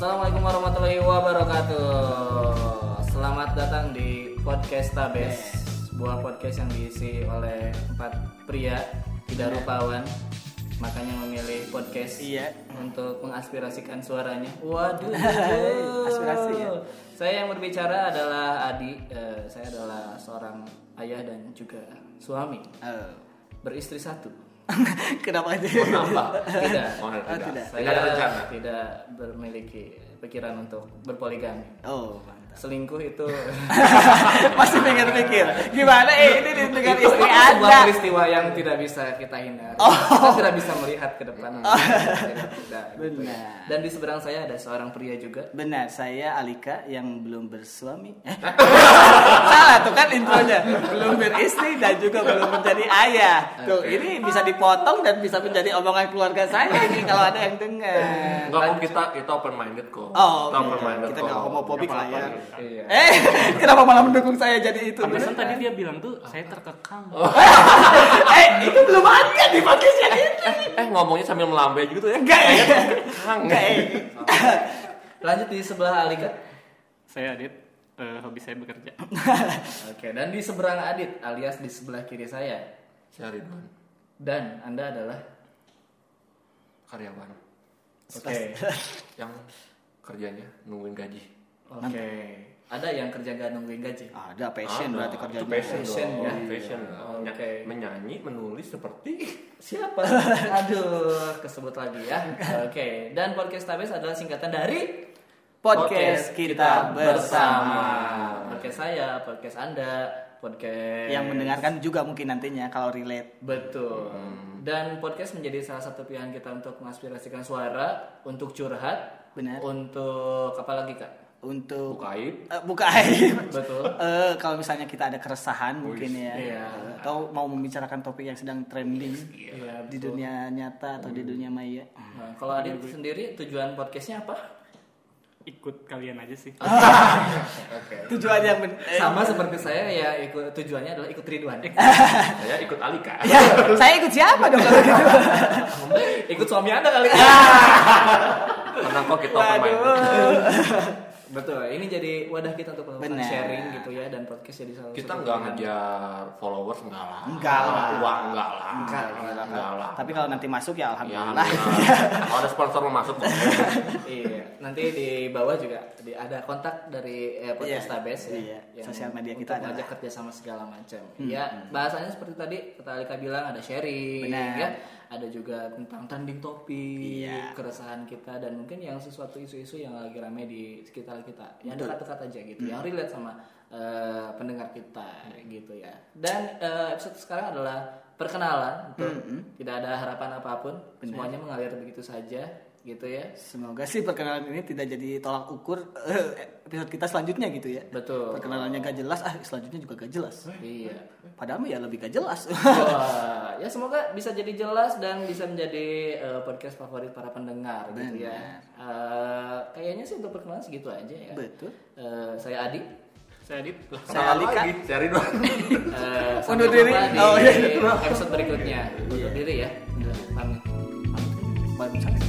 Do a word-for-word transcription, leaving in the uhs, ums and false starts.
Assalamualaikum warahmatullahi wabarakatuh. Selamat datang di podcast Tabes, sebuah podcast yang diisi oleh empat pria tidak rupawan. Makanya memilih podcast iya. untuk mengaspirasikan suaranya. Waduh, aspirasi ya. Saya yang berbicara adalah Adi. Uh, saya adalah seorang ayah dan juga suami. Oh. Beristri satu. Kenapa aja? Menambah? Tidak. Oh, tidak. tidak. Saya Tidak ada rencana. tidak memiliki pikiran untuk berpoligami. Oh, mantap. Selingkuh itu Masih pikir-pikir. Gimana eh ini dengan itu istri sebuah Anda? peristiwa yang tidak bisa kita hindari. Oh. Kita tidak bisa melihat ke depan. Oh. Tidak, tidak, gitu ya. Benar. Dan di seberang saya ada seorang pria juga. Benar, saya Alika yang belum bersuami. Eh? Salah tuh kan intronya. Belum beristri dan juga belum menjadi ayah. Tuh, Okay. ini bisa dipotong dan bisa menjadi omongan keluarga saya ini kalau ada yang dengar. Enggak kok, kita kita open minded kok. Oh, kita oke. open minded Kita kok. nggak homofobik Nggak lah ya. apa-apa. Iya. Eh, kenapa malah mendukung saya jadi itu? Pantesan tadi dia bilang tuh saya terkekang. Eh, itu belum ada di podcast yang ini. Eh ngomongnya sambil melambai gitu ya? Enggak ya. Kang. Enggak ya. Lanjut di sebelah Alika. Saya Adit, eh, hobi saya bekerja. Oke, dan di seberang Adit alias di sebelah kiri saya. Saya Ridwan, Dan Anda adalah karyawan Oke. yang kerjanya nungguin gaji. Oke. Ada yang kerja gak nungguin gaji? Ada passion Ada. berarti kerjanya. Itu passion, Passion, dong. ya. Passion. Oh, Ny- oke. Menyanyi, menulis seperti Siapa? Aduh, kesebut lagi ya. Oke, dan podcast Tabes adalah singkatan dari Podcast kita bersama. Podcast saya, podcast Anda, podcast Yang mendengarkan juga mungkin nantinya kalau relate. Betul. Dan podcast menjadi salah satu pilihan kita untuk mengaspirasikan suara, untuk curhat, Benar. untuk apa lagi Kak? Untuk buka aib. Eh, buka aib. Betul. Eh, kalau misalnya kita ada keresahan mungkin ya, iya. atau mau membicarakan topik yang sedang trending Iya, di betul. dunia nyata atau di dunia maya. Nah, kalau Adit sendiri tujuan podcastnya apa? Ikut kalian aja sih. Oke. Tujuan yang ben- eh, Sama seperti saya ya, ikut tujuannya adalah ikut Ridwan. Saya ikut Alika. ya, saya ikut siapa dong kalau gitu? Ikut suami Anda kali. Karena kok kita open minded. Waduh. Betul. Ini jadi wadah kita untuk melakukan Benar. sharing gitu ya, dan podcast jadi salah Kita satu nggak pilihan. ngejar followers enggak lah. Enggak lah. Uang enggak lah. Enggak, Enggak lah. Tapi kalau nanti masuk ya Ya, alhamdulillah. kalau ada sponsor mau masuk boleh. Iya, nanti di bawah juga di, ada kontak dari eh, podcast Iya, Tabes ya. iya. yang Sosial media untuk kita adalah- mengajak kerja sama segala macam. Hmm, Ya, bahasanya seperti tadi kata Alika bilang ada sharing, Benar. ya. Ada juga tentang trending topik, Iya. keresahan kita, dan mungkin yang sesuatu isu-isu yang lagi rame di sekitar kita. Yang Betul. dekat-dekat aja gitu, yang relate sama eh, pendengar kita gitu ya. Dan eh, episode sekarang adalah perkenalan, untuk tidak ada harapan apapun, semuanya mengalir begitu saja gitu ya. Semoga sih perkenalan ini tidak jadi tolak ukur eh, episode kita selanjutnya gitu ya. Betul. Perkenalannya gak jelas, ah selanjutnya juga gak jelas. Iya. Padahal ya lebih gak jelas. Wah, ya semoga bisa jadi jelas dan bisa menjadi eh, podcast favorit para pendengar gitu ya. Eh, kayaknya sih untuk perkenalan segitu aja ya. Betul. Eh, saya Adi. Saya Adit. Saya Alika. Saya Ridwan. Eh, sampai Undur diri. jumpa di Oh, iya. episode berikutnya. Undur diri ya. Pamit. Waalaikumsalam.